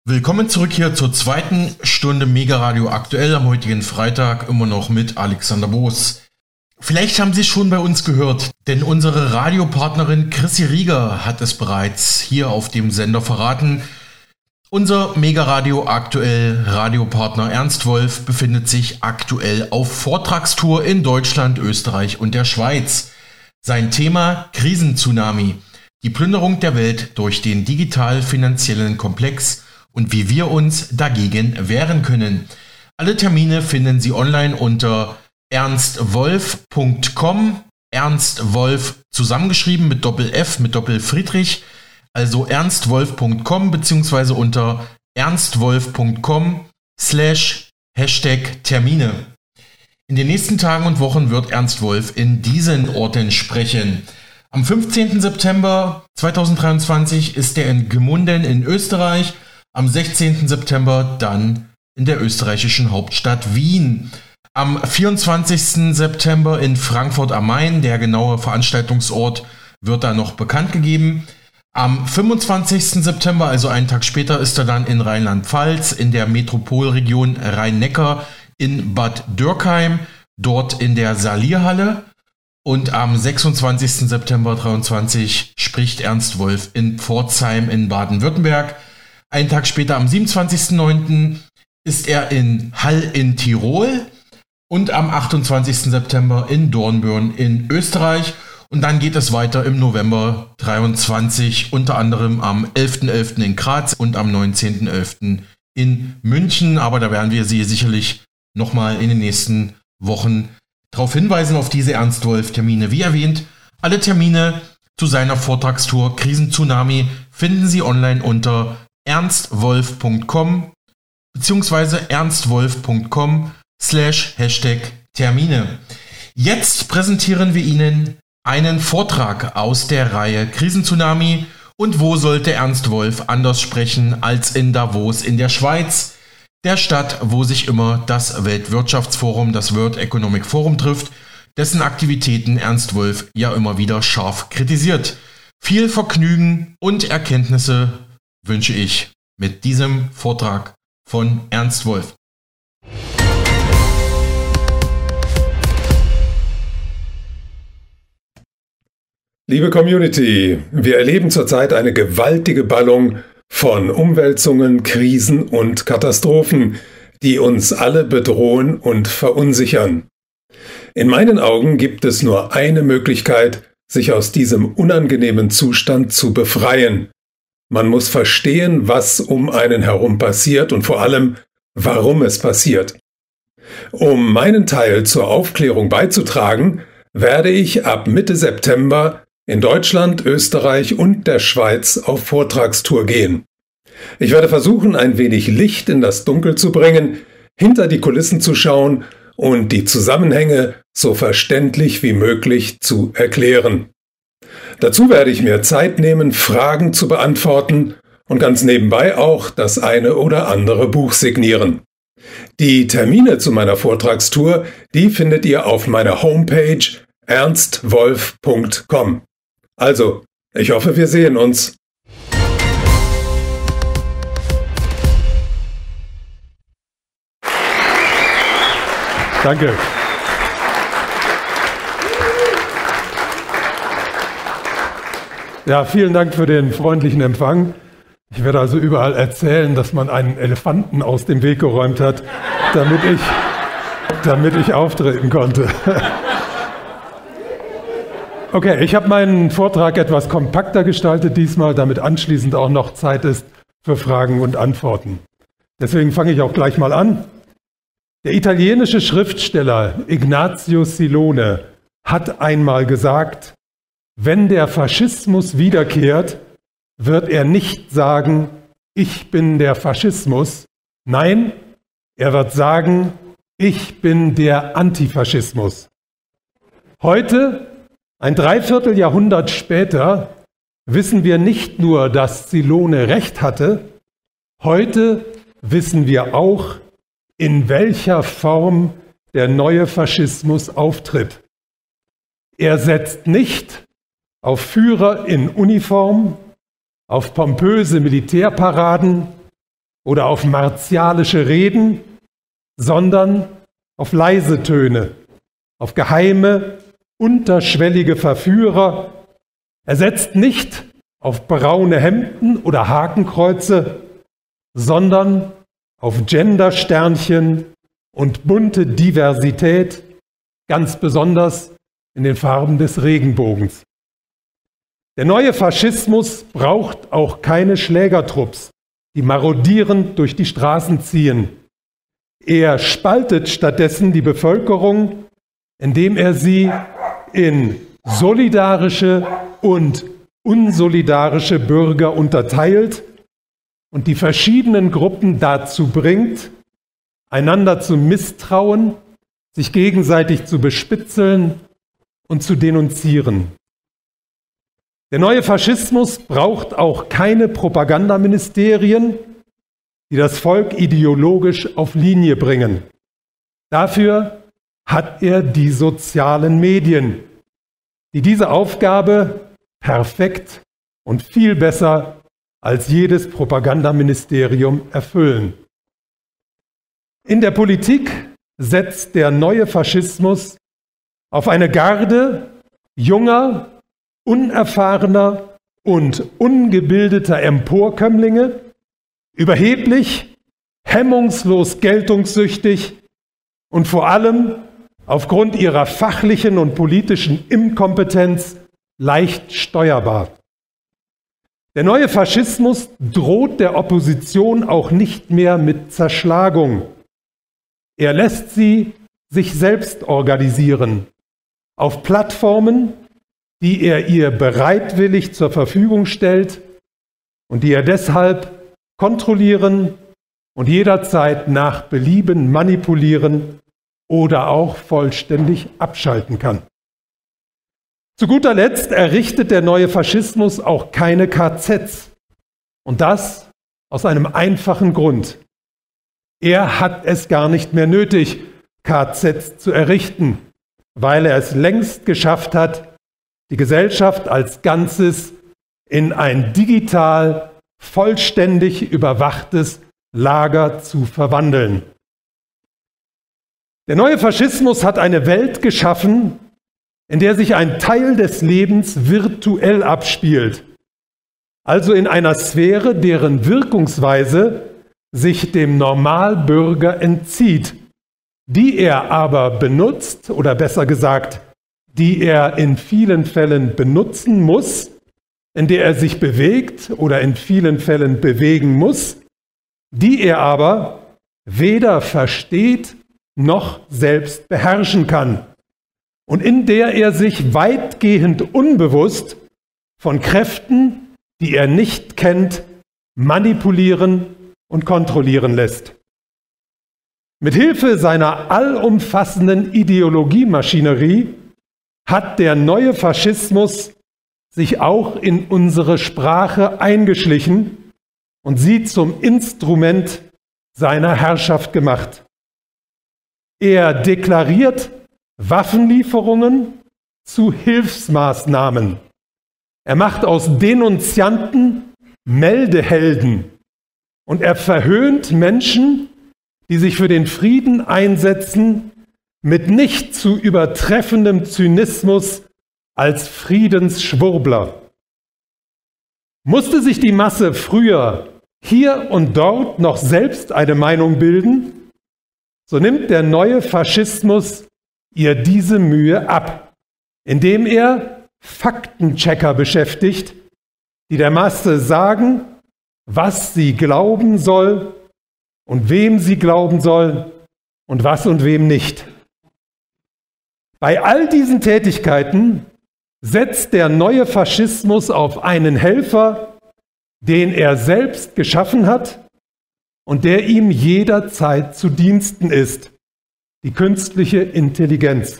Willkommen zurück hier zur zweiten Stunde Mega Radio aktuell am heutigen Freitag, immer noch mit Alexander Boos. Vielleicht haben Sie es schon bei uns gehört, denn unsere Radiopartnerin Chrissy Rieger hat es bereits hier auf dem Sender verraten. Unser Mega Radio aktuell Radiopartner Ernst Wolf befindet sich aktuell auf Vortragstour in Deutschland, Österreich und der Schweiz. Sein Thema Krisentsunami, die Plünderung der Welt durch den digital-finanziellen Komplex und wie wir uns dagegen wehren können. Alle Termine finden Sie online unter ernstwolf.com, Ernst Wolf zusammengeschrieben mit Doppel-F, mit Doppel-Friedrich, also ernstwolf.com beziehungsweise unter ernstwolf.com/Termine. In den nächsten Tagen und Wochen wird Ernst Wolf in diesen Orten sprechen. Am 15. September 2023 ist er in Gmunden in Österreich, am 16. September dann in der österreichischen Hauptstadt Wien. Am 24. September in Frankfurt am Main, der genaue Veranstaltungsort wird da noch bekannt gegeben. Am 25. September, also einen Tag später, ist er dann in Rheinland-Pfalz, in der Metropolregion Rhein-Neckar, in Bad Dürkheim, dort in der Salierhalle. Und am 26. September 2023 spricht Ernst Wolf in Pforzheim in Baden-Württemberg. Einen Tag später, am 27.09., ist er in Hall in Tirol und am 28. September in Dornbirn in Österreich. Und dann geht es weiter im November 23, unter anderem am 11.11. in Graz und am 19.11. in München. Aber da werden wir Sie sicherlich nochmal in den nächsten Wochen darauf hinweisen, auf diese Ernst Wolf-Termine. Wie erwähnt, alle Termine zu seiner Vortragstour Krisentsunami finden Sie online unter ernstwolf.com beziehungsweise ernstwolf.com/Termine. Jetzt präsentieren wir Ihnen einen Vortrag aus der Reihe Krisentsunami. Und wo sollte Ernst Wolf anders sprechen als in Davos in der Schweiz, der Stadt, wo sich immer das Weltwirtschaftsforum, das World Economic Forum trifft, dessen Aktivitäten Ernst Wolf ja immer wieder scharf kritisiert. Viel Vergnügen und Erkenntnisse wünsche ich mit diesem Vortrag von Ernst Wolf. Liebe Community, wir erleben zurzeit eine gewaltige Ballung von Umwälzungen, Krisen und Katastrophen, die uns alle bedrohen und verunsichern. In meinen Augen gibt es nur eine Möglichkeit, sich aus diesem unangenehmen Zustand zu befreien. Man muss verstehen, was um einen herum passiert und vor allem, warum es passiert. Um meinen Teil zur Aufklärung beizutragen, werde ich ab Mitte September in Deutschland, Österreich und der Schweiz auf Vortragstour gehen. Ich werde versuchen, ein wenig Licht in das Dunkel zu bringen, hinter die Kulissen zu schauen und die Zusammenhänge so verständlich wie möglich zu erklären. Dazu werde ich mir Zeit nehmen, Fragen zu beantworten und ganz nebenbei auch das eine oder andere Buch signieren. Die Termine zu meiner Vortragstour, die findet ihr auf meiner Homepage ernstwolf.com. Also, ich hoffe, wir sehen uns. Danke. Ja, vielen Dank für den freundlichen Empfang. Ich werde also überall erzählen, dass man einen Elefanten aus dem Weg geräumt hat, damit ich auftreten konnte. Okay, ich habe meinen Vortrag etwas kompakter gestaltet diesmal, damit anschließend auch noch Zeit ist für Fragen und Antworten. Deswegen fange ich auch gleich mal an. Der italienische Schriftsteller Ignazio Silone hat einmal gesagt: Wenn der Faschismus wiederkehrt, wird er nicht sagen, ich bin der Faschismus. Nein, er wird sagen, ich bin der Antifaschismus. Heute, ein Dreivierteljahrhundert später, wissen wir nicht nur, dass Silone recht hatte, heute wissen wir auch, in welcher Form der neue Faschismus auftritt. Er setzt nicht auf Führer in Uniform, auf pompöse Militärparaden, oder auf martialische Reden, sondern auf leise Töne, auf geheime, unterschwellige Verführer. Er setzt nicht auf braune Hemden oder Hakenkreuze, sondern auf Gendersternchen und bunte Diversität, ganz besonders in den Farben des Regenbogens. Der neue Faschismus braucht auch keine Schlägertrupps, die marodierend durch die Straßen ziehen. Er spaltet stattdessen die Bevölkerung, indem er sie in solidarische und unsolidarische Bürger unterteilt und die verschiedenen Gruppen dazu bringt, einander zu misstrauen, sich gegenseitig zu bespitzeln und zu denunzieren. Der neue Faschismus braucht auch keine Propagandaministerien, die das Volk ideologisch auf Linie bringen. Dafür hat er die sozialen Medien, die diese Aufgabe perfekt und viel besser als jedes Propagandaministerium erfüllen. In der Politik setzt der neue Faschismus auf eine Garde junger, unerfahrener und ungebildeter Emporkömmlinge, überheblich, hemmungslos geltungssüchtig und vor allem aufgrund ihrer fachlichen und politischen Inkompetenz leicht steuerbar. Der neue Faschismus droht der Opposition auch nicht mehr mit Zerschlagung. Er lässt sie sich selbst organisieren, auf Plattformen, die er ihr bereitwillig zur Verfügung stellt und die er deshalb kontrollieren und jederzeit nach Belieben manipulieren oder auch vollständig abschalten kann. Zu guter Letzt errichtet der neue Faschismus auch keine KZs. Und das aus einem einfachen Grund. Er hat es gar nicht mehr nötig, KZs zu errichten, weil er es längst geschafft hat, die Gesellschaft als Ganzes in ein digital, vollständig überwachtes Lager zu verwandeln. Der neue Faschismus hat eine Welt geschaffen, in der sich ein Teil des Lebens virtuell abspielt, also in einer Sphäre, deren Wirkungsweise sich dem Normalbürger entzieht, die er aber benutzt, oder besser gesagt, die er in vielen Fällen benutzen muss, in der er sich bewegt oder in vielen Fällen bewegen muss, die er aber weder versteht noch selbst beherrschen kann und in der er sich weitgehend unbewusst von Kräften, die er nicht kennt, manipulieren und kontrollieren lässt. Mit Hilfe seiner allumfassenden Ideologiemaschinerie hat der neue Faschismus sich auch in unsere Sprache eingeschlichen und sie zum Instrument seiner Herrschaft gemacht. Er deklariert Waffenlieferungen zu Hilfsmaßnahmen. Er macht aus Denunzianten Meldehelden und er verhöhnt Menschen, die sich für den Frieden einsetzen, mit nicht zu übertreffendem Zynismus als Friedensschwurbler. Musste sich die Masse früher hier und dort noch selbst eine Meinung bilden, so nimmt der neue Faschismus ihr diese Mühe ab, indem er Faktenchecker beschäftigt, die der Masse sagen, was sie glauben soll und wem sie glauben soll und was und wem nicht. Bei all diesen Tätigkeiten setzt der neue Faschismus auf einen Helfer, den er selbst geschaffen hat und der ihm jederzeit zu Diensten ist, die künstliche Intelligenz.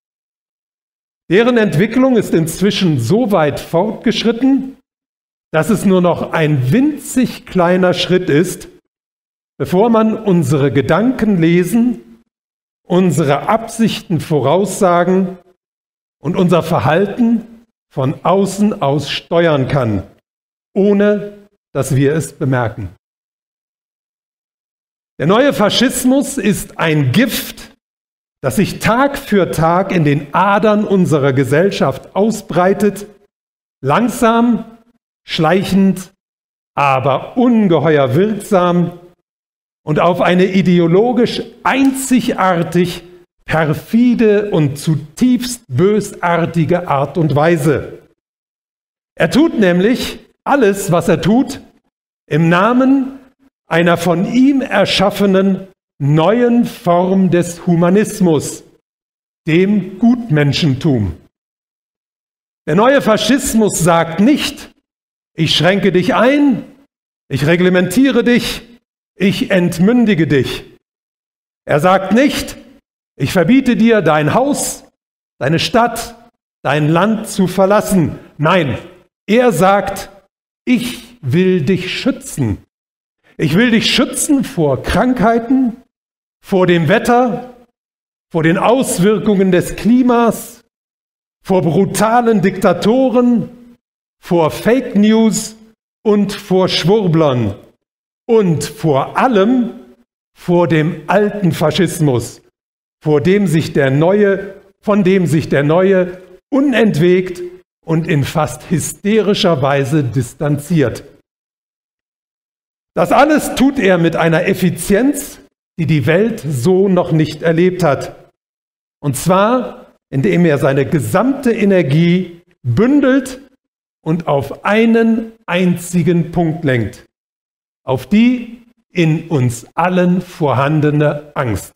Deren Entwicklung ist inzwischen so weit fortgeschritten, dass es nur noch ein winzig kleiner Schritt ist, bevor man unsere Gedanken lesen, unsere Absichten voraussagen und unser Verhalten von außen aus steuern kann, ohne dass wir es bemerken. Der neue Faschismus ist ein Gift, das sich Tag für Tag in den Adern unserer Gesellschaft ausbreitet, langsam, schleichend, aber ungeheuer wirksam und auf eine ideologisch einzigartig perfide und zutiefst bösartige Art und Weise. Er tut nämlich alles, was er tut, im Namen einer von ihm erschaffenen neuen Form des Humanismus, dem Gutmenschentum. Der neue Faschismus sagt nicht, ich schränke dich ein, ich reglementiere dich, ich entmündige dich. Er sagt nicht, ich verbiete dir, dein Haus, deine Stadt, dein Land zu verlassen. Nein, er sagt, ich will dich schützen. Ich will dich schützen vor Krankheiten, vor dem Wetter, vor den Auswirkungen des Klimas, vor brutalen Diktatoren, vor Fake News und vor Schwurblern und vor allem vor dem alten Faschismus, von dem sich der neue unentwegt und in fast hysterischer Weise distanziert. Das alles tut er mit einer Effizienz, die die Welt so noch nicht erlebt hat. Und zwar, indem er seine gesamte Energie bündelt und auf einen einzigen Punkt lenkt, auf die in uns allen vorhandene Angst.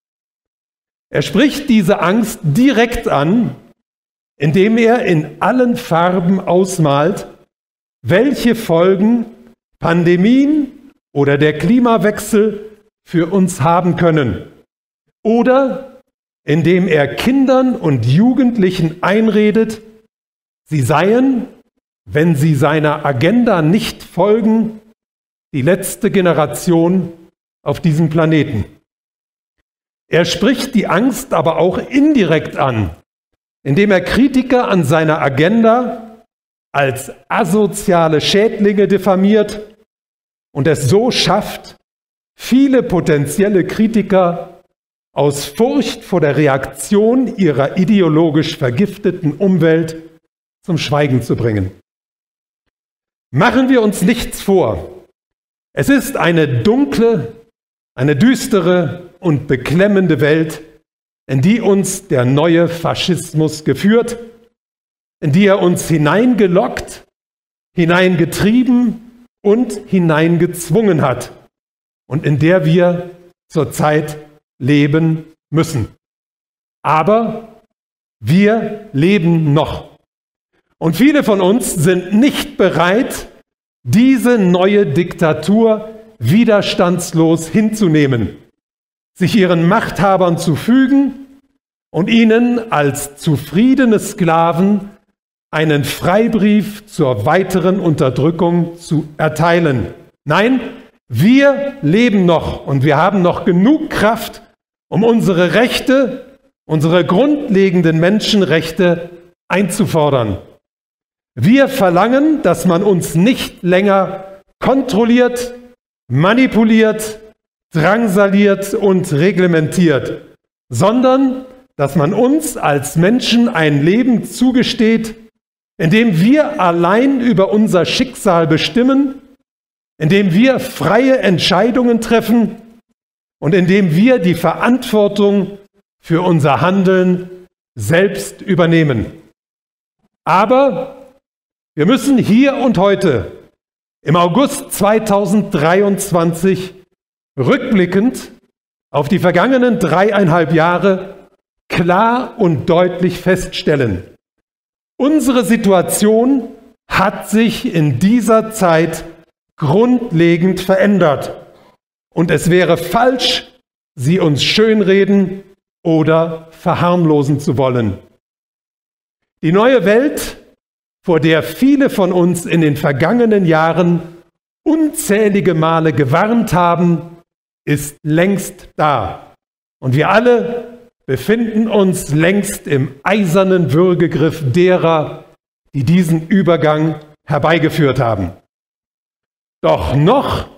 Er spricht diese Angst direkt an, indem er in allen Farben ausmalt, welche Folgen Pandemien oder der Klimawechsel für uns haben können. Oder indem er Kindern und Jugendlichen einredet, sie seien, wenn sie seiner Agenda nicht folgen, die letzte Generation auf diesem Planeten. Er spricht die Angst aber auch indirekt an, indem er Kritiker an seiner Agenda als asoziale Schädlinge diffamiert und es so schafft, viele potenzielle Kritiker aus Furcht vor der Reaktion ihrer ideologisch vergifteten Umwelt zum Schweigen zu bringen. Machen wir uns nichts vor. Es ist eine dunkle, eine düstere und beklemmende Welt, in die uns der neue Faschismus geführt, in die er uns hineingelockt, hineingetrieben und hineingezwungen hat und in der wir zurzeit leben müssen. Aber wir leben noch. Und viele von uns sind nicht bereit, diese neue Diktatur widerstandslos hinzunehmen, sich ihren Machthabern zu fügen und ihnen als zufriedene Sklaven einen Freibrief zur weiteren Unterdrückung zu erteilen. Nein, wir leben noch und wir haben noch genug Kraft, um unsere Rechte, unsere grundlegenden Menschenrechte einzufordern. Wir verlangen, dass man uns nicht länger kontrolliert, manipuliert, drangsaliert und reglementiert, sondern dass man uns als Menschen ein Leben zugesteht, in dem wir allein über unser Schicksal bestimmen, in dem wir freie Entscheidungen treffen und in dem wir die Verantwortung für unser Handeln selbst übernehmen. Aber wir müssen hier und heute, im August 2023, rückblickend auf die vergangenen 3,5 Jahre klar und deutlich feststellen: Unsere Situation hat sich in dieser Zeit grundlegend verändert und es wäre falsch, sie uns schönreden oder verharmlosen zu wollen. Die neue Welt, vor der viele von uns in den vergangenen Jahren unzählige Male gewarnt haben, ist längst da. Und wir alle befinden uns längst im eisernen Würgegriff derer, die diesen Übergang herbeigeführt haben. Doch noch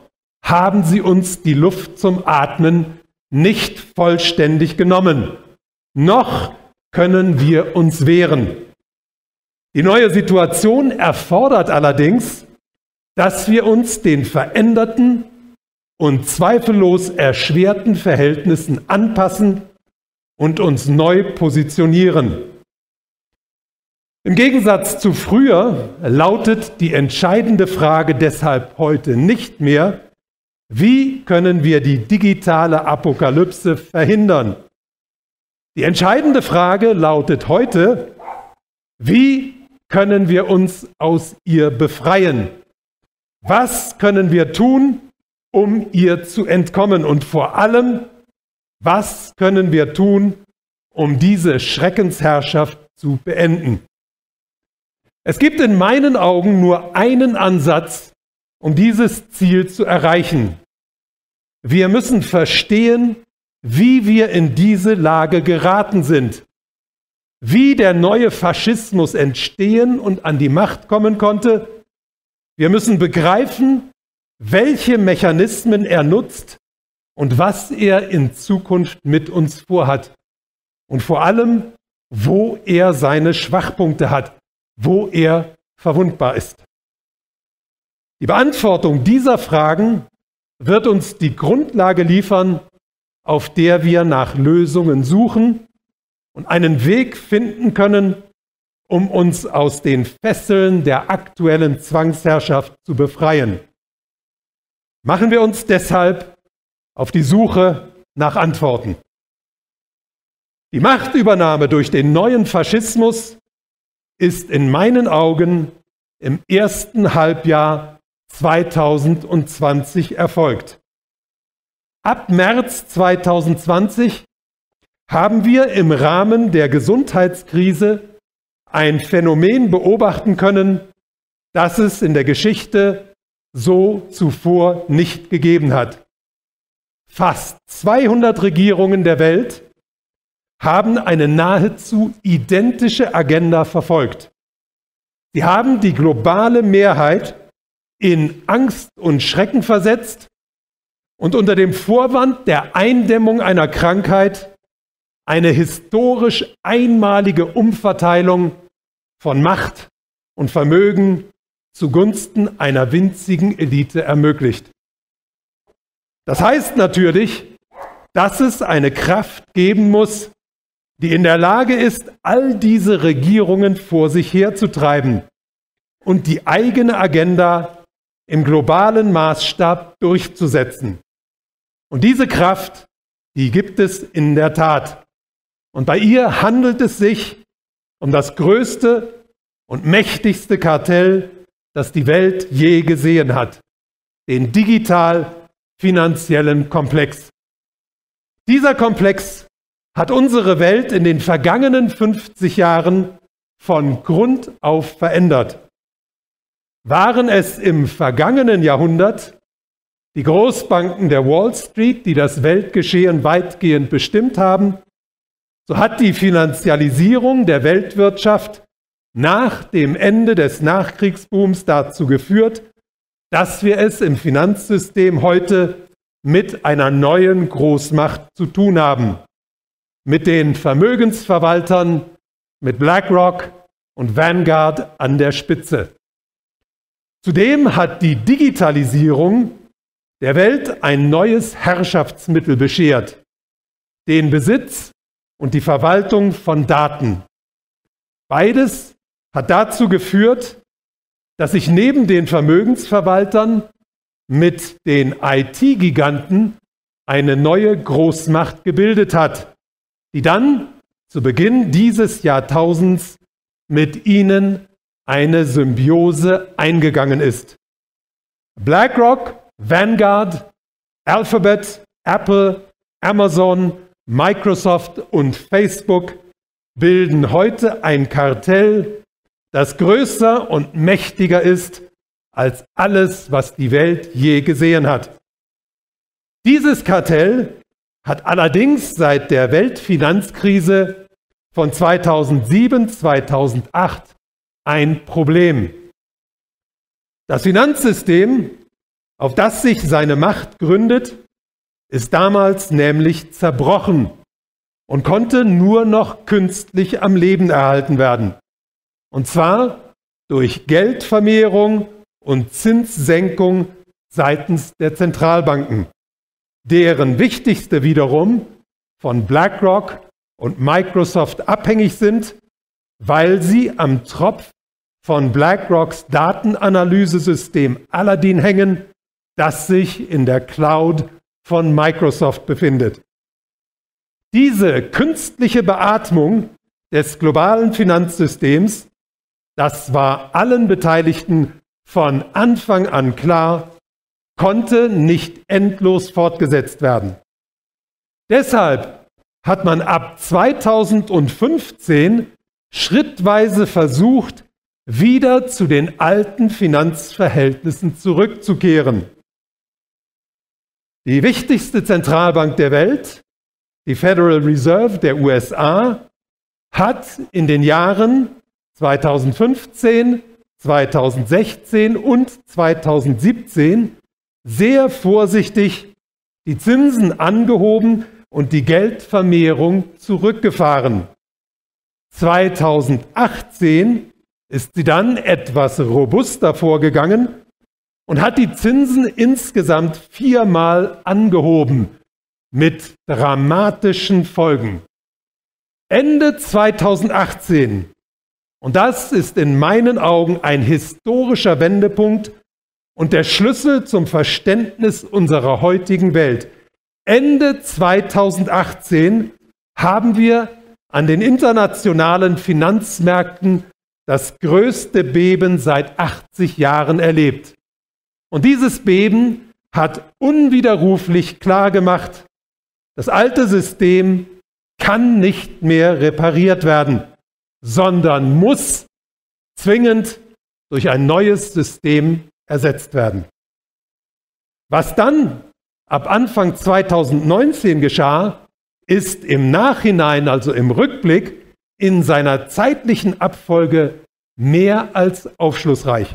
haben sie uns die Luft zum Atmen nicht vollständig genommen. Noch können wir uns wehren. Die neue Situation erfordert allerdings, dass wir uns den veränderten und zweifellos erschwerten Verhältnissen anpassen und uns neu positionieren. Im Gegensatz zu früher lautet die entscheidende Frage deshalb heute nicht mehr, wie können wir die digitale Apokalypse verhindern? Die entscheidende Frage lautet heute, wie können wir uns aus ihr befreien? Was können wir tun, um ihr zu entkommen? Und vor allem, was können wir tun, um diese Schreckensherrschaft zu beenden? Es gibt in meinen Augen nur einen Ansatz, um dieses Ziel zu erreichen. Wir müssen verstehen, wie wir in diese Lage geraten sind, wie der neue Faschismus entstehen und an die Macht kommen konnte. Wir müssen begreifen, welche Mechanismen er nutzt und was er in Zukunft mit uns vorhat. Und vor allem, wo er seine Schwachpunkte hat, wo er verwundbar ist. Die Beantwortung dieser Fragen wird uns die Grundlage liefern, auf der wir nach Lösungen suchen und einen Weg finden können, um uns aus den Fesseln der aktuellen Zwangsherrschaft zu befreien. Machen wir uns deshalb auf die Suche nach Antworten. Die Machtübernahme durch den neuen Faschismus ist in meinen Augen im ersten Halbjahr 2020 erfolgt. Ab März 2020 haben wir im Rahmen der Gesundheitskrise ein Phänomen beobachten können, das es in der Geschichte so zuvor nicht gegeben hat. Fast 200 Regierungen der Welt haben eine nahezu identische Agenda verfolgt. Sie haben die globale Mehrheit in Angst und Schrecken versetzt und unter dem Vorwand der Eindämmung einer Krankheit eine historisch einmalige Umverteilung von Macht und Vermögen zugunsten einer winzigen Elite ermöglicht. Das heißt natürlich, dass es eine Kraft geben muss, die in der Lage ist, all diese Regierungen vor sich herzutreiben und die eigene Agenda im globalen Maßstab durchzusetzen. Und diese Kraft, die gibt es in der Tat. Und bei ihr handelt es sich um das größte und mächtigste Kartell, das die Welt je gesehen hat, den digital-finanziellen Komplex. Dieser Komplex hat unsere Welt in den vergangenen 50 Jahren von Grund auf verändert. Waren es im vergangenen Jahrhundert die Großbanken der Wall Street, die das Weltgeschehen weitgehend bestimmt haben, so hat die Finanzialisierung der Weltwirtschaft nach dem Ende des Nachkriegsbooms dazu geführt, dass wir es im Finanzsystem heute mit einer neuen Großmacht zu tun haben. Mit den Vermögensverwaltern, mit BlackRock und Vanguard an der Spitze. Zudem hat die Digitalisierung der Welt ein neues Herrschaftsmittel beschert, den Besitz und die Verwaltung von Daten. Beides hat dazu geführt, dass sich neben den Vermögensverwaltern mit den IT-Giganten eine neue Großmacht gebildet hat, die dann zu Beginn dieses Jahrtausends mit ihnen eine Symbiose eingegangen ist. BlackRock, Vanguard, Alphabet, Apple, Amazon, Microsoft und Facebook bilden heute ein Kartell, das größer und mächtiger ist als alles, was die Welt je gesehen hat. Dieses Kartell hat allerdings seit der Weltfinanzkrise von 2007-2008 ein Problem. Das Finanzsystem, auf das sich seine Macht gründet, ist damals nämlich zerbrochen und konnte nur noch künstlich am Leben erhalten werden. Und zwar durch Geldvermehrung und Zinssenkung seitens der Zentralbanken, deren wichtigste wiederum von BlackRock und Microsoft abhängig sind, weil sie am Tropf von BlackRocks Datenanalyse-System Aladdin hängen, das sich in der Cloud von Microsoft befindet. Diese künstliche Beatmung des globalen Finanzsystems, das war allen Beteiligten von Anfang an klar, konnte nicht endlos fortgesetzt werden. Deshalb hat man ab 2015 schrittweise versucht, wieder zu den alten Finanzverhältnissen zurückzukehren. Die wichtigste Zentralbank der Welt, die Federal Reserve der USA, hat in den Jahren 2015, 2016 und 2017 sehr vorsichtig die Zinsen angehoben und die Geldvermehrung zurückgefahren. 2018 ist sie dann etwas robuster vorgegangen und hat die Zinsen insgesamt 4-mal angehoben, mit dramatischen Folgen. Ende 2018, und das ist in meinen Augen ein historischer Wendepunkt und der Schlüssel zum Verständnis unserer heutigen Welt. Ende 2018 haben wir an den internationalen Finanzmärkten das größte Beben seit 80 Jahren erlebt. Und dieses Beben hat unwiderruflich klargemacht, das alte System kann nicht mehr repariert werden, sondern muss zwingend durch ein neues System ersetzt werden. Was dann ab Anfang 2019 geschah, ist im Nachhinein, also im Rückblick, in seiner zeitlichen Abfolge mehr als aufschlussreich.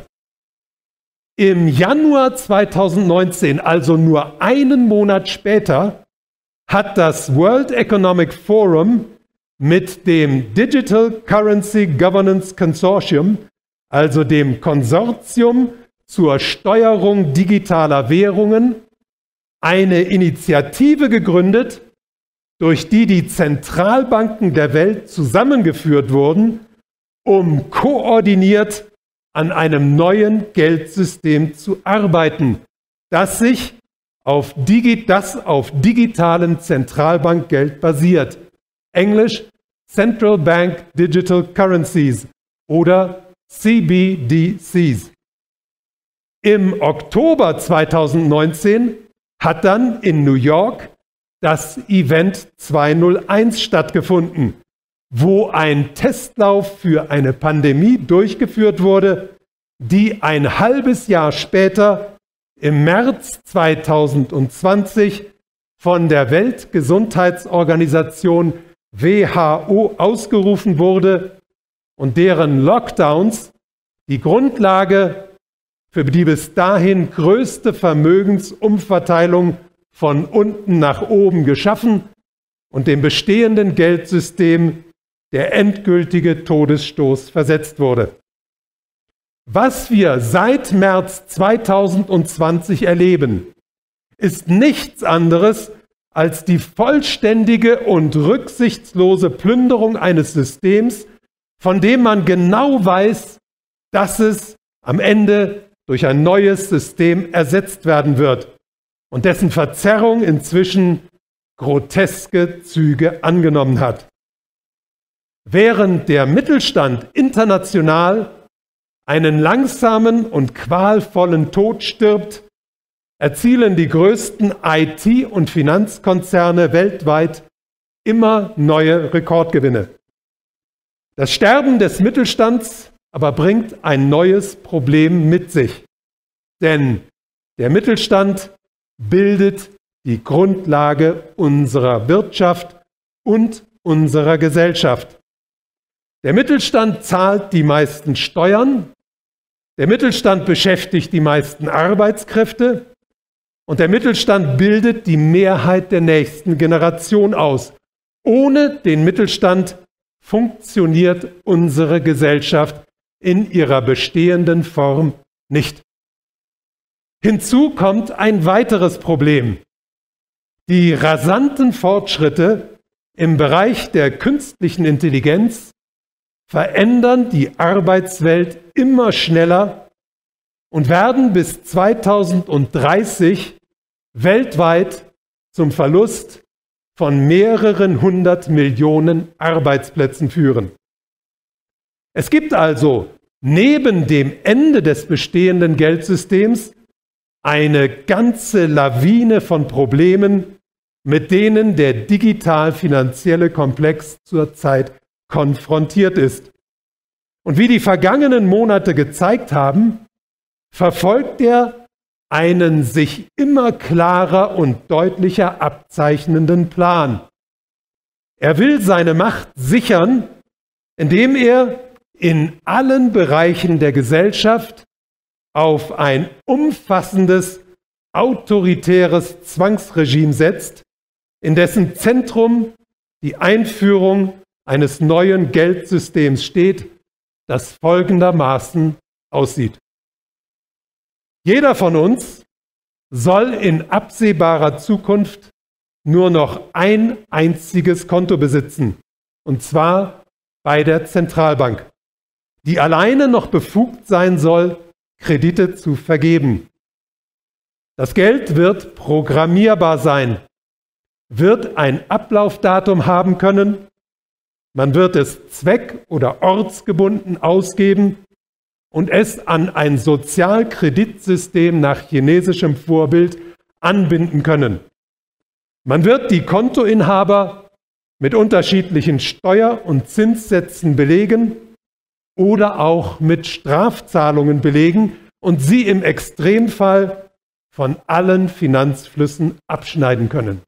Im Januar 2019, also nur einen Monat später, hat das World Economic Forum mit dem Digital Currency Governance Consortium, also dem Konsortium zur Steuerung digitaler Währungen, eine Initiative gegründet, durch die die Zentralbanken der Welt zusammengeführt wurden, um koordiniert an einem neuen Geldsystem zu arbeiten, das auf digitalen Zentralbankgeld basiert. Englisch Central Bank Digital Currencies oder CBDCs. Im Oktober 2019 hat dann in New York das Event 201 stattgefunden, wo ein Testlauf für eine Pandemie durchgeführt wurde, die ein halbes Jahr später im März 2020 von der Weltgesundheitsorganisation WHO ausgerufen wurde und deren Lockdowns die Grundlage für die bis dahin größte Vermögensumverteilung von unten nach oben geschaffen und dem bestehenden Geldsystem der endgültige Todesstoß versetzt wurde. Was wir seit März 2020 erleben, ist nichts anderes als die vollständige und rücksichtslose Plünderung eines Systems, von dem man genau weiß, dass es am Ende durch ein neues System ersetzt werden wird und dessen Verzerrung inzwischen groteske Züge angenommen hat. Während der Mittelstand international einen langsamen und qualvollen Tod stirbt, erzielen die größten IT- und Finanzkonzerne weltweit immer neue Rekordgewinne. Das Sterben des Mittelstands aber bringt ein neues Problem mit sich. Denn der Mittelstand bildet die Grundlage unserer Wirtschaft und unserer Gesellschaft. Der Mittelstand zahlt die meisten Steuern, der Mittelstand beschäftigt die meisten Arbeitskräfte Und der Mittelstand bildet die Mehrheit der nächsten Generation aus. Ohne den Mittelstand funktioniert unsere Gesellschaft in ihrer bestehenden Form nicht. Hinzu kommt ein weiteres Problem. Die rasanten Fortschritte im Bereich der künstlichen Intelligenz verändern die Arbeitswelt immer schneller und werden bis 2030 weltweit zum Verlust von mehreren 100 Millionen Arbeitsplätzen führen. Es gibt also neben dem Ende des bestehenden Geldsystems eine ganze Lawine von Problemen, mit denen der digital-finanzielle Komplex zurzeit konfrontiert ist. Und wie die vergangenen Monate gezeigt haben, verfolgt er einen sich immer klarer und deutlicher abzeichnenden Plan. Er will seine Macht sichern, indem er in allen Bereichen der Gesellschaft auf ein umfassendes, autoritäres Zwangsregime setzt, in dessen Zentrum die Einführung eines neuen Geldsystems steht, das folgendermaßen aussieht. Jeder von uns soll in absehbarer Zukunft nur noch ein einziges Konto besitzen, und zwar bei der Zentralbank, die alleine noch befugt sein soll, Kredite zu vergeben. Das Geld wird programmierbar sein, wird ein Ablaufdatum haben können, man wird es zweck- oder ortsgebunden ausgeben und es an ein Sozialkreditsystem nach chinesischem Vorbild anbinden können. Man wird die Kontoinhaber mit unterschiedlichen Steuer- und Zinssätzen belegen oder auch mit Strafzahlungen belegen und sie im Extremfall von allen Finanzflüssen abschneiden können.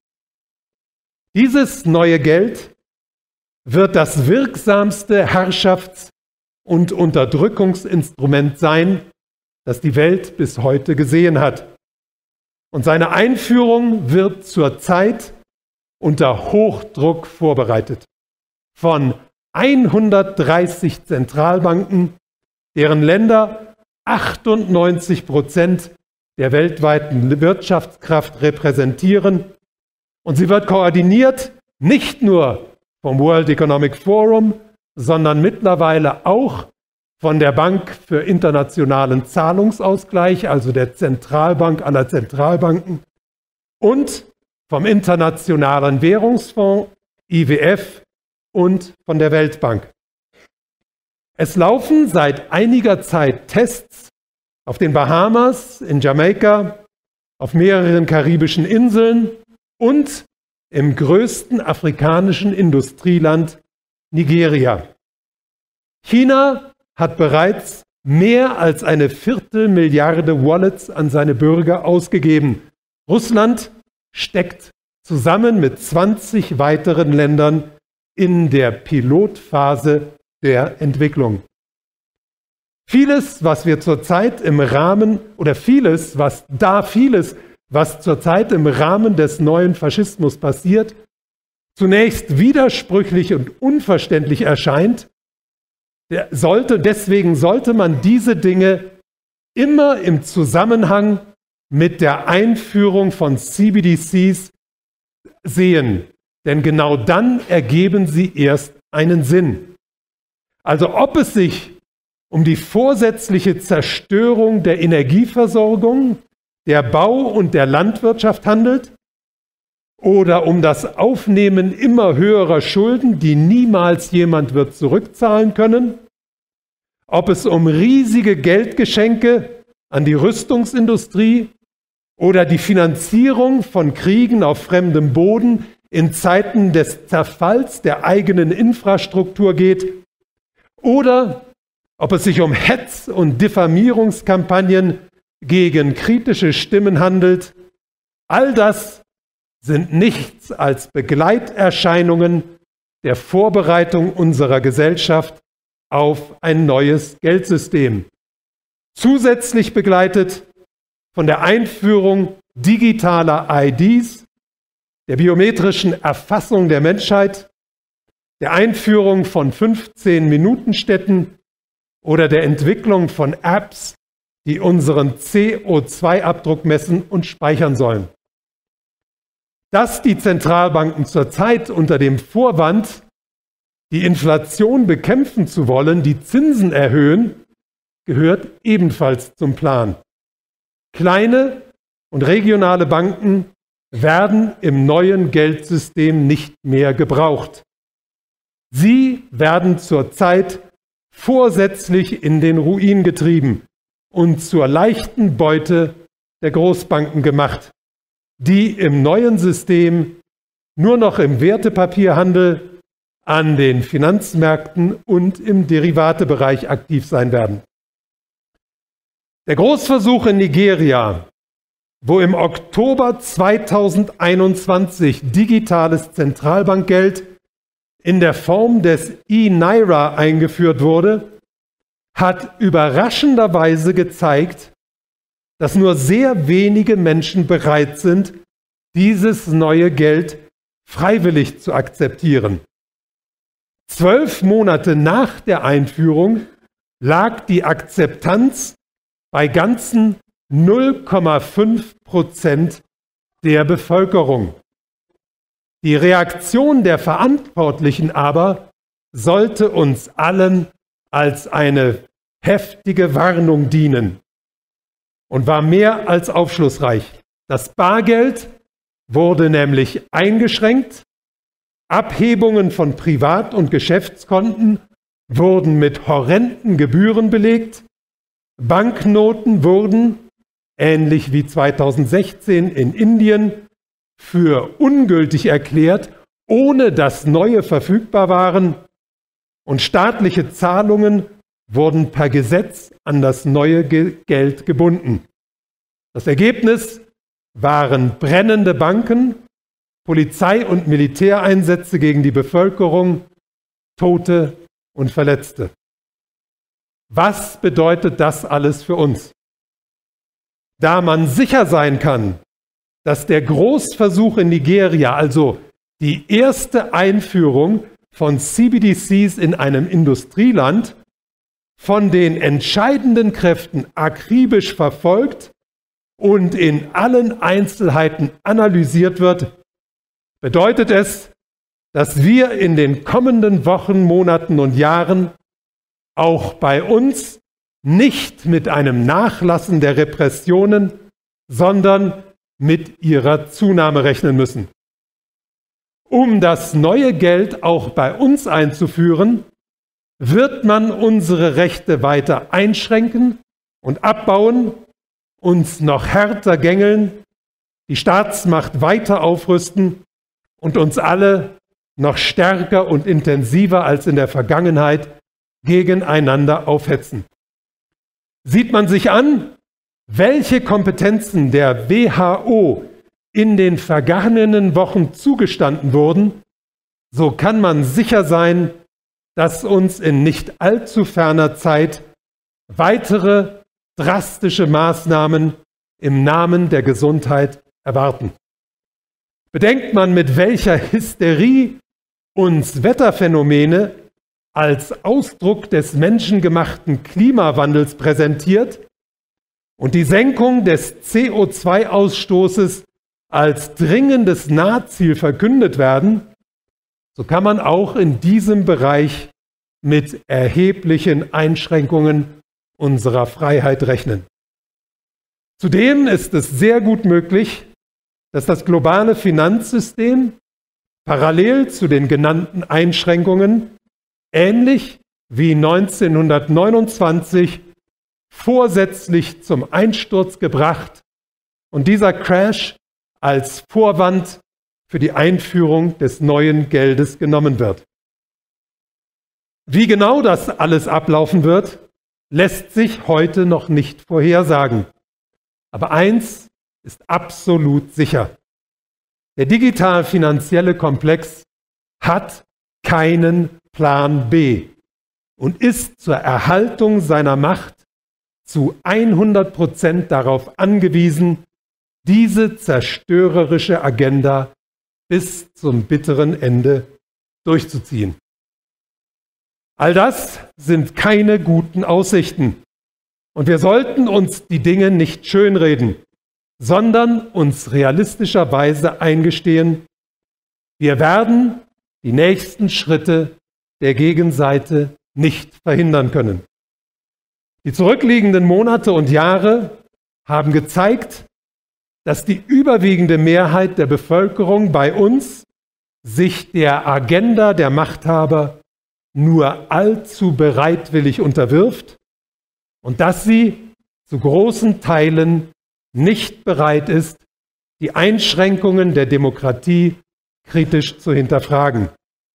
Dieses neue Geld wird das wirksamste Herrschafts- und Unterdrückungsinstrument sein, das die Welt bis heute gesehen hat. Und seine Einführung wird zurzeit unter Hochdruck vorbereitet. Von 130 Zentralbanken, deren Länder 98% der weltweiten Wirtschaftskraft repräsentieren. Und sie wird koordiniert nicht nur vom World Economic Forum, sondern mittlerweile auch von der Bank für internationalen Zahlungsausgleich, also der Zentralbank aller Zentralbanken, und vom Internationalen Währungsfonds, IWF, und von der Weltbank. Es laufen seit einiger Zeit Tests auf den Bahamas, in Jamaika, auf mehreren karibischen Inseln und im größten afrikanischen Industrieland Nigeria. China hat bereits mehr als 1/4 Milliarde Wallets an seine Bürger ausgegeben. Russland steckt zusammen mit 20 weiteren Ländern in der Pilotphase der Entwicklung. Vieles, was zurzeit im Rahmen des neuen Faschismus passiert, zunächst widersprüchlich und unverständlich erscheint, deswegen sollte man diese Dinge immer im Zusammenhang mit der Einführung von CBDCs sehen, denn genau dann ergeben sie erst einen Sinn. Also ob es sich um die vorsätzliche Zerstörung der Energieversorgung, der Bau- und der Landwirtschaft handelt oder um das Aufnehmen immer höherer Schulden, die niemals jemand wird zurückzahlen können, ob es um riesige Geldgeschenke an die Rüstungsindustrie oder die Finanzierung von Kriegen auf fremdem Boden in Zeiten des Zerfalls der eigenen Infrastruktur geht, oder ob es sich um Hetz- und Diffamierungskampagnen gegen kritische Stimmen handelt, all das sind nichts als Begleiterscheinungen der Vorbereitung unserer Gesellschaft auf ein neues Geldsystem. Zusätzlich begleitet von der Einführung digitaler IDs, der biometrischen Erfassung der Menschheit, der Einführung von 15-Minuten-Städten oder der Entwicklung von Apps, die unseren CO2-Abdruck messen und speichern sollen. Dass die Zentralbanken zurzeit unter dem Vorwand, die Inflation bekämpfen zu wollen, die Zinsen erhöhen, gehört ebenfalls zum Plan. Kleine und regionale Banken werden im neuen Geldsystem nicht mehr gebraucht. Sie werden zurzeit vorsätzlich in den Ruin getrieben und zur leichten Beute der Großbanken gemacht, die im neuen System nur noch im Wertepapierhandel, an den Finanzmärkten und im Derivatebereich aktiv sein werden. Der Großversuch in Nigeria, wo im Oktober 2021 digitales Zentralbankgeld in der Form des E-Naira eingeführt wurde, hat überraschenderweise gezeigt, dass nur sehr wenige Menschen bereit sind, dieses neue Geld freiwillig zu akzeptieren. 12 Monate nach der Einführung lag die Akzeptanz bei ganzen 0,5% der Bevölkerung. Die Reaktion der Verantwortlichen aber sollte uns allen als eine heftige Warnung dienen und war mehr als aufschlussreich. Das Bargeld wurde nämlich eingeschränkt, Abhebungen von Privat- und Geschäftskonten wurden mit horrenden Gebühren belegt, Banknoten wurden, ähnlich wie 2016 in Indien, für ungültig erklärt, ohne dass neue verfügbar waren, und staatliche Zahlungen wurden per Gesetz an das neue Geld gebunden. Das Ergebnis waren brennende Banken, Polizei- und Militäreinsätze gegen die Bevölkerung, Tote und Verletzte. Was bedeutet das alles für uns? Da man sicher sein kann, dass der Großversuch in Nigeria, also die erste Einführung von CBDCs in einem Industrieland, von den entscheidenden Kräften akribisch verfolgt und in allen Einzelheiten analysiert wird, bedeutet es, dass wir in den kommenden Wochen, Monaten und Jahren auch bei uns nicht mit einem Nachlassen der Repressionen, sondern mit ihrer Zunahme rechnen müssen. Um das neue Geld auch bei uns einzuführen, wird man unsere Rechte weiter einschränken und abbauen, uns noch härter gängeln, die Staatsmacht weiter aufrüsten und uns alle noch stärker und intensiver als in der Vergangenheit gegeneinander aufhetzen. Sieht man sich an, welche Kompetenzen der WHO in den vergangenen Wochen zugestanden wurden, so kann man sicher sein, dass uns in nicht allzu ferner Zeit weitere drastische Maßnahmen im Namen der Gesundheit erwarten. Bedenkt man, mit welcher Hysterie uns Wetterphänomene als Ausdruck des menschengemachten Klimawandels präsentiert und die Senkung des CO2-Ausstoßes als dringendes Nahziel verkündet werden, so kann man auch in diesem Bereich mit erheblichen Einschränkungen unserer Freiheit rechnen. Zudem ist es sehr gut möglich, dass das globale Finanzsystem parallel zu den genannten Einschränkungen, ähnlich wie 1929, vorsätzlich zum Einsturz gebracht und dieser Crash als Vorwand für die Einführung des neuen Geldes genommen wird. Wie genau das alles ablaufen wird, lässt sich heute noch nicht vorhersagen. Aber eins ist absolut sicher. Der digital-finanzielle Komplex hat keinen Plan B und ist zur Erhaltung seiner Macht zu 100% darauf angewiesen, diese zerstörerische Agenda bis zum bitteren Ende durchzuziehen. All das sind keine guten Aussichten. Und wir sollten uns die Dinge nicht schönreden, sondern uns realistischerweise eingestehen, wir werden die nächsten Schritte der Gegenseite nicht verhindern können. Die zurückliegenden Monate und Jahre haben gezeigt, dass die überwiegende Mehrheit der Bevölkerung bei uns sich der Agenda der Machthaber nur allzu bereitwillig unterwirft und dass sie zu großen Teilen nicht bereit ist, die Einschränkungen der Demokratie kritisch zu hinterfragen.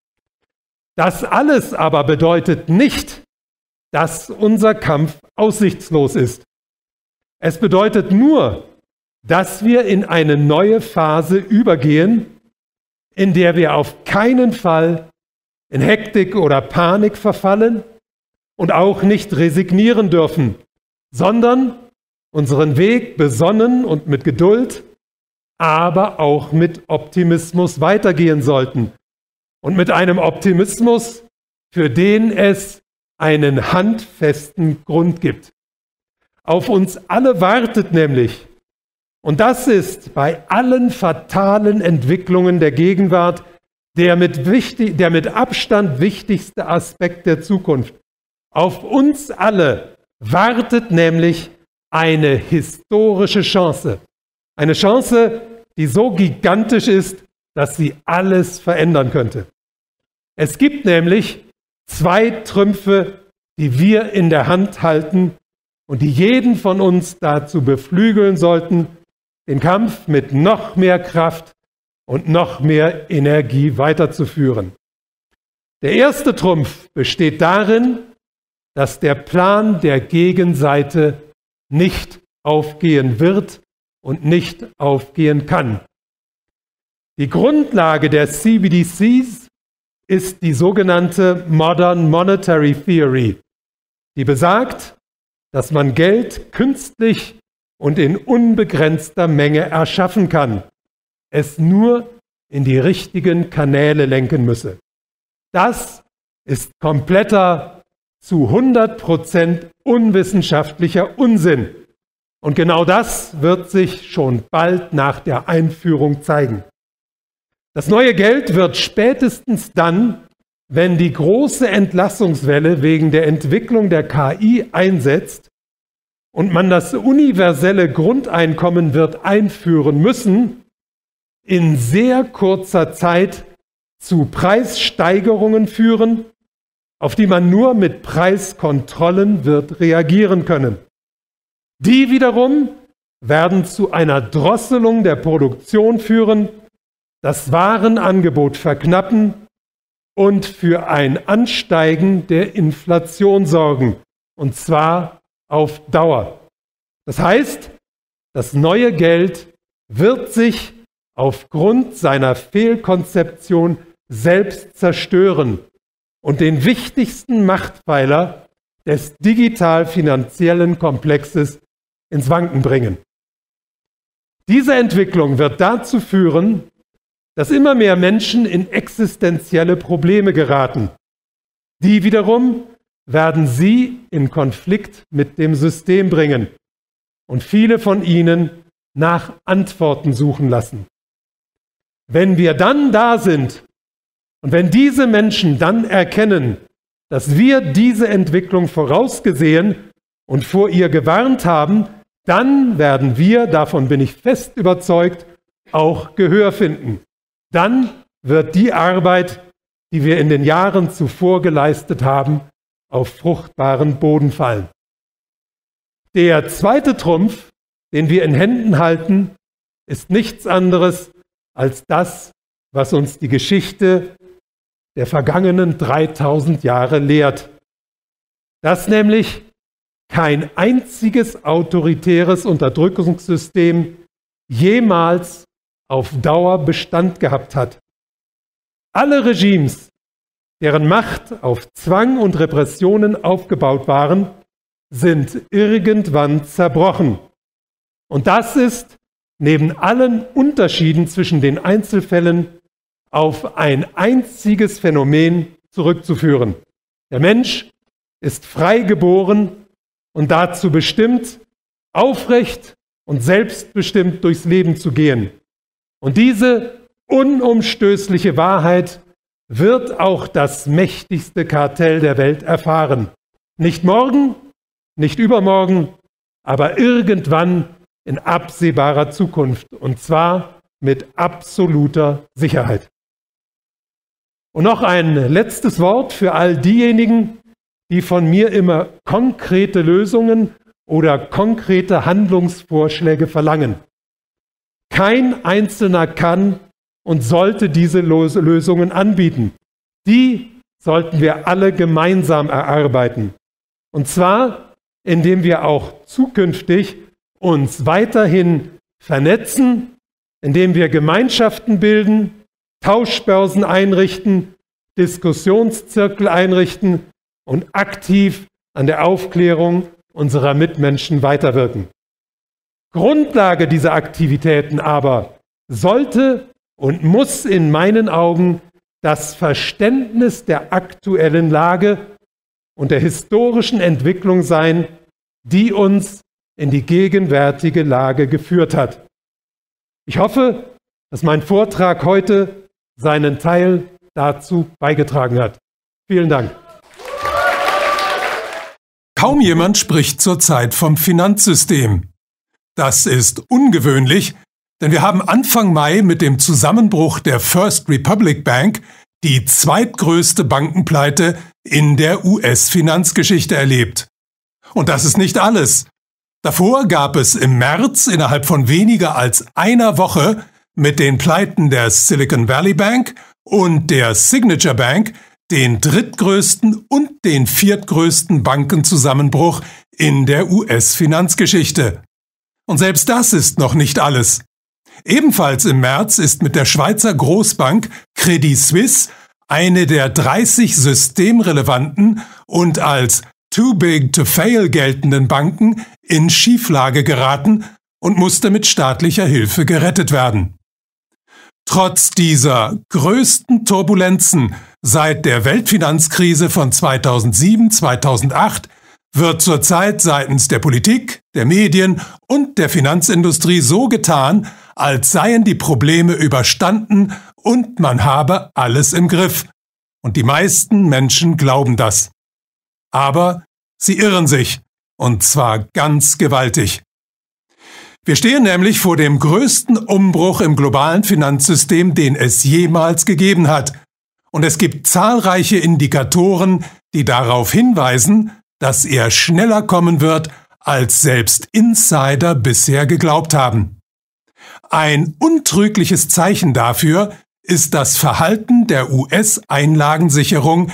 Das alles aber bedeutet nicht, dass unser Kampf aussichtslos ist. Es bedeutet nur, dass wir in eine neue Phase übergehen, in der wir auf keinen Fall in Hektik oder Panik verfallen und auch nicht resignieren dürfen, sondern unseren Weg besonnen und mit Geduld, aber auch mit Optimismus weitergehen sollten. Und mit einem Optimismus, für den es einen handfesten Grund gibt. Auf uns alle wartet nämlich, und das ist bei allen fatalen Entwicklungen der Gegenwart der mit Abstand wichtigste Aspekt der Zukunft. Auf uns alle wartet nämlich eine historische Chance. Eine Chance, die so gigantisch ist, dass sie alles verändern könnte. Es gibt nämlich 2 Trümpfe, die wir in der Hand halten und die jeden von uns dazu beflügeln sollten, den Kampf mit noch mehr Kraft und noch mehr Energie weiterzuführen. Der erste Trumpf besteht darin, dass der Plan der Gegenseite nicht aufgehen wird und nicht aufgehen kann. Die Grundlage der CBDCs ist die sogenannte Modern Monetary Theory, die besagt, dass man Geld künstlich und in unbegrenzter Menge erschaffen kann, es nur in die richtigen Kanäle lenken müsse. Das ist kompletter, zu 100% unwissenschaftlicher Unsinn. Und genau das wird sich schon bald nach der Einführung zeigen. Das neue Geld wird spätestens dann, wenn die große Entlassungswelle wegen der Entwicklung der KI einsetzt und man das universelle Grundeinkommen wird einführen müssen, in sehr kurzer Zeit zu Preissteigerungen führen, auf die man nur mit Preiskontrollen wird reagieren können. Die wiederum werden zu einer Drosselung der Produktion führen, das Warenangebot verknappen und für ein Ansteigen der Inflation sorgen, und zwar auf Dauer. Das heißt, das neue Geld wird sich aufgrund seiner Fehlkonzeption selbst zerstören und den wichtigsten Machtpfeiler des digital-finanziellen Komplexes ins Wanken bringen. Diese Entwicklung wird dazu führen, dass immer mehr Menschen in existenzielle Probleme geraten. Die wiederum werden sie in Konflikt mit dem System bringen und viele von ihnen nach Antworten suchen lassen. Wenn wir dann da sind und wenn diese Menschen dann erkennen, dass wir diese Entwicklung vorausgesehen und vor ihr gewarnt haben, dann werden wir, davon bin ich fest überzeugt, auch Gehör finden. Dann wird die Arbeit, die wir in den Jahren zuvor geleistet haben, auf fruchtbaren Boden fallen. Der zweite Trumpf, den wir in Händen halten, ist nichts anderes als das, was uns die Geschichte der vergangenen 3000 Jahre lehrt. Dass nämlich kein einziges autoritäres Unterdrückungssystem jemals auf Dauer Bestand gehabt hat. Alle Regimes, deren Macht auf Zwang und Repressionen aufgebaut waren, sind irgendwann zerbrochen. Und das ist neben allen Unterschieden zwischen den Einzelfällen auf ein einziges Phänomen zurückzuführen. Der Mensch ist frei geboren und dazu bestimmt, aufrecht und selbstbestimmt durchs Leben zu gehen. Und diese unumstößliche Wahrheit wird auch das mächtigste Kartell der Welt erfahren. Nicht morgen, nicht übermorgen, aber irgendwann in absehbarer Zukunft. Und zwar mit absoluter Sicherheit. Und noch ein letztes Wort für all diejenigen, die von mir immer konkrete Lösungen oder konkrete Handlungsvorschläge verlangen. Kein Einzelner kann und sollte diese Lösungen anbieten. Die sollten wir alle gemeinsam erarbeiten. Und zwar, indem wir auch zukünftig uns weiterhin vernetzen, indem wir Gemeinschaften bilden, Tauschbörsen einrichten, Diskussionszirkel einrichten und aktiv an der Aufklärung unserer Mitmenschen weiterwirken. Grundlage dieser Aktivitäten aber sollte und muss in meinen Augen das Verständnis der aktuellen Lage und der historischen Entwicklung sein, die uns in die gegenwärtige Lage geführt hat. Ich hoffe, dass mein Vortrag heute seinen Teil dazu beigetragen hat. Vielen Dank. Kaum jemand spricht zurzeit vom Finanzsystem. Das ist ungewöhnlich, denn wir haben Anfang Mai mit dem Zusammenbruch der First Republic Bank die zweitgrößte Bankenpleite in der US-Finanzgeschichte erlebt. Und das ist nicht alles. Davor gab es im März innerhalb von weniger als einer Woche mit den Pleiten der Silicon Valley Bank und der Signature Bank den drittgrößten und den viertgrößten Bankenzusammenbruch in der US-Finanzgeschichte. Und selbst das ist noch nicht alles. Ebenfalls im März ist mit der Schweizer Großbank Credit Suisse eine der 30 systemrelevanten und als too big to fail geltenden Banken in Schieflage geraten und musste mit staatlicher Hilfe gerettet werden. Trotz dieser größten Turbulenzen seit der Weltfinanzkrise von 2007/2008 wird zurzeit seitens der Politik, der Medien und der Finanzindustrie so getan, als seien die Probleme überstanden und man habe alles im Griff. Und die meisten Menschen glauben das. Aber sie irren sich, und zwar ganz gewaltig. Wir stehen nämlich vor dem größten Umbruch im globalen Finanzsystem, den es jemals gegeben hat. Und es gibt zahlreiche Indikatoren, die darauf hinweisen, dass er schneller kommen wird, als selbst Insider bisher geglaubt haben. Ein untrügliches Zeichen dafür ist das Verhalten der US-Einlagensicherung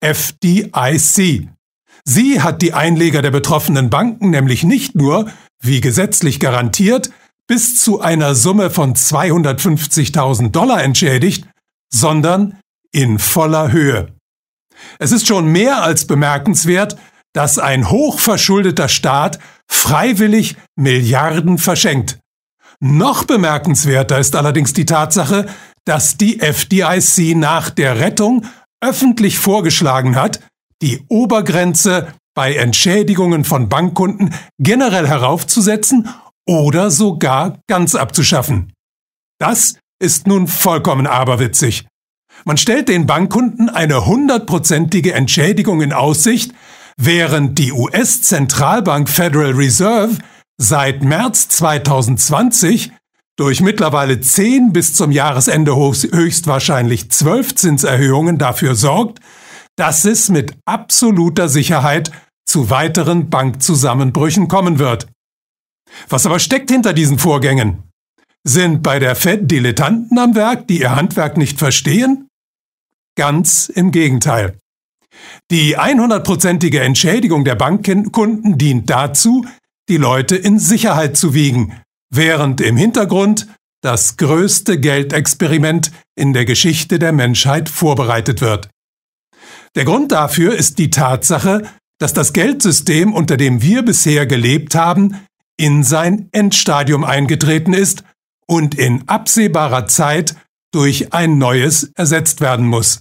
FDIC. Sie hat die Einleger der betroffenen Banken nämlich nicht nur, wie gesetzlich garantiert, bis zu einer Summe von $250.000 entschädigt, sondern in voller Höhe. Es ist schon mehr als bemerkenswert, dass ein hochverschuldeter Staat freiwillig Milliarden verschenkt. Noch bemerkenswerter ist allerdings die Tatsache, dass die FDIC nach der Rettung öffentlich vorgeschlagen hat, die Obergrenze bei Entschädigungen von Bankkunden generell heraufzusetzen oder sogar ganz abzuschaffen. Das ist nun vollkommen aberwitzig. Man stellt den Bankkunden eine 100%ige Entschädigung in Aussicht, während die US-Zentralbank Federal Reserve seit März 2020 durch mittlerweile 10 bis zum Jahresende höchstwahrscheinlich 12 Zinserhöhungen dafür sorgt, dass es mit absoluter Sicherheit zu weiteren Bankzusammenbrüchen kommen wird. Was aber steckt hinter diesen Vorgängen? Sind bei der Fed Dilettanten am Werk, die ihr Handwerk nicht verstehen? Ganz im Gegenteil. Die 100%ige Entschädigung der Bankkunden dient dazu, die Leute in Sicherheit zu wiegen, während im Hintergrund das größte Geldexperiment in der Geschichte der Menschheit vorbereitet wird. Der Grund dafür ist die Tatsache, dass das Geldsystem, unter dem wir bisher gelebt haben, in sein Endstadium eingetreten ist und in absehbarer Zeit durch ein neues ersetzt werden muss.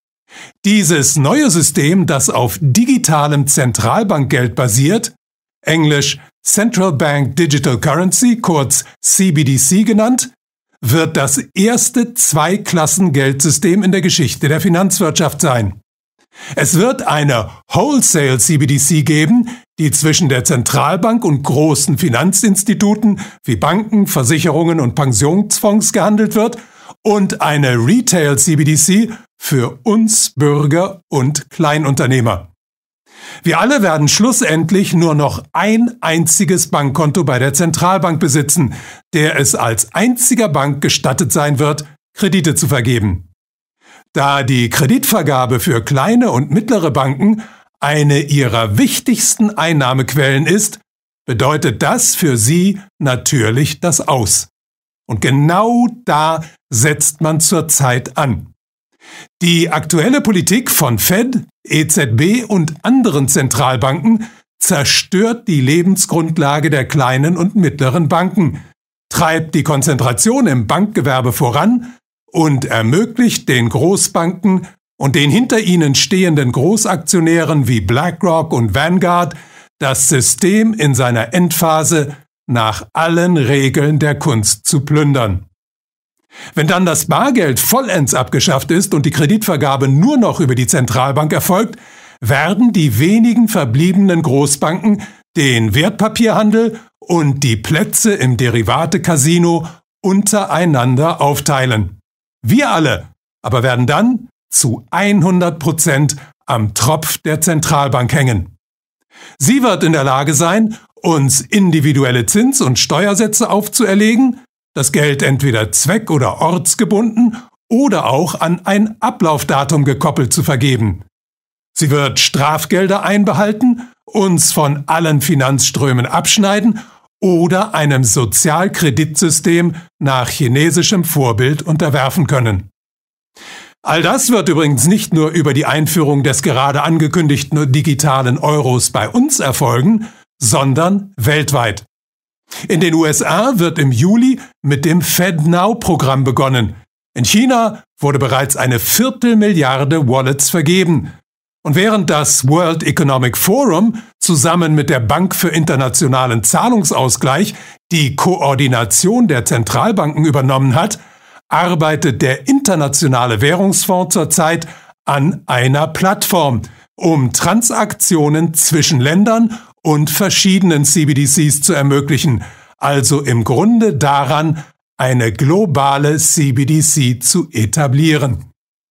Dieses neue System, das auf digitalem Zentralbankgeld basiert, englisch Central Bank Digital Currency, kurz CBDC genannt, wird das erste Zwei-Klassen-Geldsystem in der Geschichte der Finanzwirtschaft sein. Es wird eine Wholesale CBDC geben, die zwischen der Zentralbank und großen Finanzinstituten wie Banken, Versicherungen und Pensionsfonds gehandelt wird, und eine Retail CBDC für uns Bürger und Kleinunternehmer. Wir alle werden schlussendlich nur noch ein einziges Bankkonto bei der Zentralbank besitzen, der es als einziger Bank gestattet sein wird, Kredite zu vergeben. Da die Kreditvergabe für kleine und mittlere Banken eine ihrer wichtigsten Einnahmequellen ist, bedeutet das für sie natürlich das Aus. Und genau da setzt man zurzeit an. Die aktuelle Politik von Fed, EZB und anderen Zentralbanken zerstört die Lebensgrundlage der kleinen und mittleren Banken, treibt die Konzentration im Bankgewerbe voran und ermöglicht den Großbanken und den hinter ihnen stehenden Großaktionären wie BlackRock und Vanguard, das System in seiner Endphase nach allen Regeln der Kunst zu plündern. Wenn dann das Bargeld vollends abgeschafft ist und die Kreditvergabe nur noch über die Zentralbank erfolgt, werden die wenigen verbliebenen Großbanken den Wertpapierhandel und die Plätze im Derivate-Casino untereinander aufteilen. Wir alle aber werden dann zu 100% am Tropf der Zentralbank hängen. Sie wird in der Lage sein, uns individuelle Zins- und Steuersätze aufzuerlegen, das Geld entweder zweck- oder ortsgebunden oder auch an ein Ablaufdatum gekoppelt zu vergeben. Sie wird Strafgelder einbehalten, uns von allen Finanzströmen abschneiden oder einem Sozialkreditsystem nach chinesischem Vorbild unterwerfen können. All das wird übrigens nicht nur über die Einführung des gerade angekündigten digitalen Euros bei uns erfolgen, sondern weltweit. In den USA wird im Juli mit dem FedNow-Programm begonnen. In China wurde bereits eine 250 Wallets vergeben. Und während das World Economic Forum zusammen mit der Bank für internationalen Zahlungsausgleich die Koordination der Zentralbanken übernommen hat, arbeitet der Internationale Währungsfonds zurzeit an einer Plattform, um Transaktionen zwischen Ländern und verschiedenen CBDCs zu ermöglichen, also im Grunde daran, eine globale CBDC zu etablieren.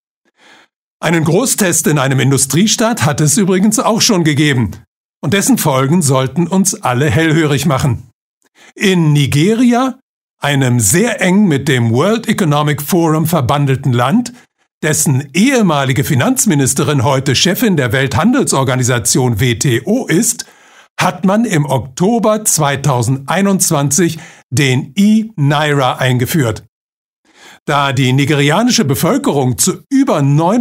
Einen Großtest in einem Industriestaat hat es übrigens auch schon gegeben, und dessen Folgen sollten uns alle hellhörig machen. In Nigeria, einem sehr eng mit dem World Economic Forum verbandelten Land, dessen ehemalige Finanzministerin heute Chefin der Welthandelsorganisation WTO ist, hat man im Oktober 2021 den E-Naira eingeführt. Da die nigerianische Bevölkerung zu über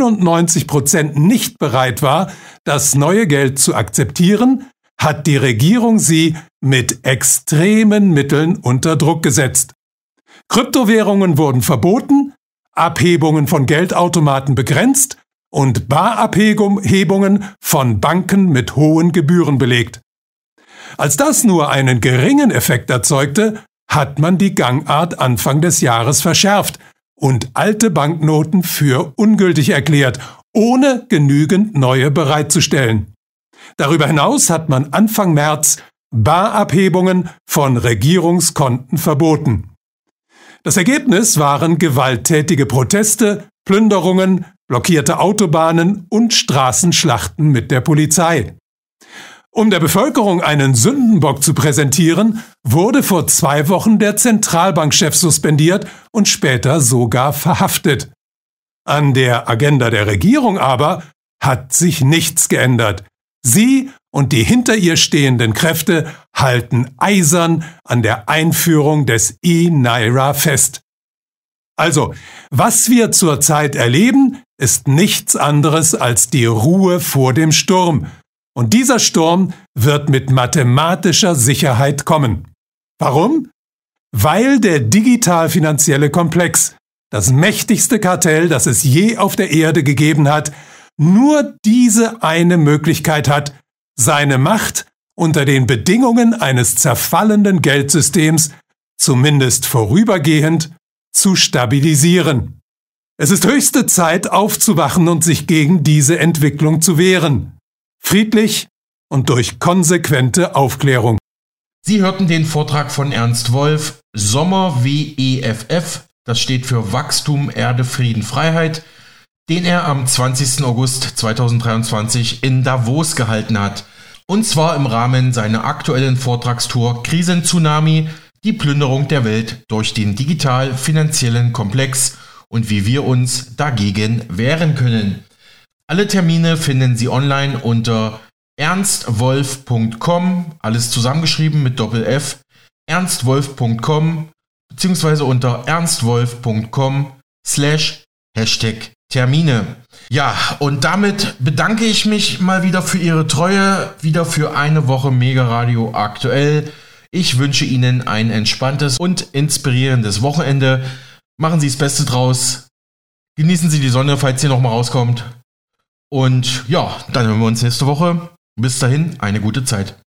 99% nicht bereit war, das neue Geld zu akzeptieren, hat die Regierung sie mit extremen Mitteln unter Druck gesetzt. Kryptowährungen wurden verboten, Abhebungen von Geldautomaten begrenzt und Barabhebungen von Banken mit hohen Gebühren belegt. Als das nur einen geringen Effekt erzeugte, hat man die Gangart Anfang des Jahres verschärft und alte Banknoten für ungültig erklärt, ohne genügend neue bereitzustellen. Darüber hinaus hat man Anfang März Barabhebungen von Regierungskonten verboten. Das Ergebnis waren gewalttätige Proteste, Plünderungen, blockierte Autobahnen und Straßenschlachten mit der Polizei. Um der Bevölkerung einen Sündenbock zu präsentieren, wurde vor 2 Wochen der Zentralbankchef suspendiert und später sogar verhaftet. An der Agenda der Regierung aber hat sich nichts geändert. Sie und die hinter ihr stehenden Kräfte halten eisern an der Einführung des E-Naira fest. Also, was wir zurzeit erleben, ist nichts anderes als die Ruhe vor dem Sturm. Und dieser Sturm wird mit mathematischer Sicherheit kommen. Warum? weil der digital-finanzielle Komplex, das mächtigste Kartell, das es je auf der Erde gegeben hat, nur diese eine Möglichkeit hat, seine Macht unter den Bedingungen eines zerfallenden Geldsystems, zumindest vorübergehend, zu stabilisieren. Es ist höchste Zeit, aufzuwachen und sich gegen diese Entwicklung zu wehren. Friedlich und durch konsequente Aufklärung. Sie hörten den Vortrag von Ernst Wolf, Sommer WEFF, das steht für Wachstum, Erde, Frieden, Freiheit, den er am 20. August 2023 in Davos gehalten hat. Und zwar im Rahmen seiner aktuellen Vortragstour Krisen-Tsunami, die Plünderung der Welt durch den digital-finanziellen Komplex und wie wir uns dagegen wehren können. Alle Termine finden Sie online unter ernstwolf.com, alles zusammengeschrieben mit Doppel-F, ernstwolf.com, beziehungsweise unter ernstwolf.com/Termine. Ja, und damit bedanke ich mich mal wieder für Ihre Treue, wieder für eine Woche Mega Radio aktuell. Ich wünsche Ihnen ein entspanntes und inspirierendes Wochenende. Machen Sie das Beste draus. Genießen Sie die Sonne, falls sie nochmal rauskommt. Und ja, dann hören wir uns nächste Woche. Bis dahin, eine gute Zeit.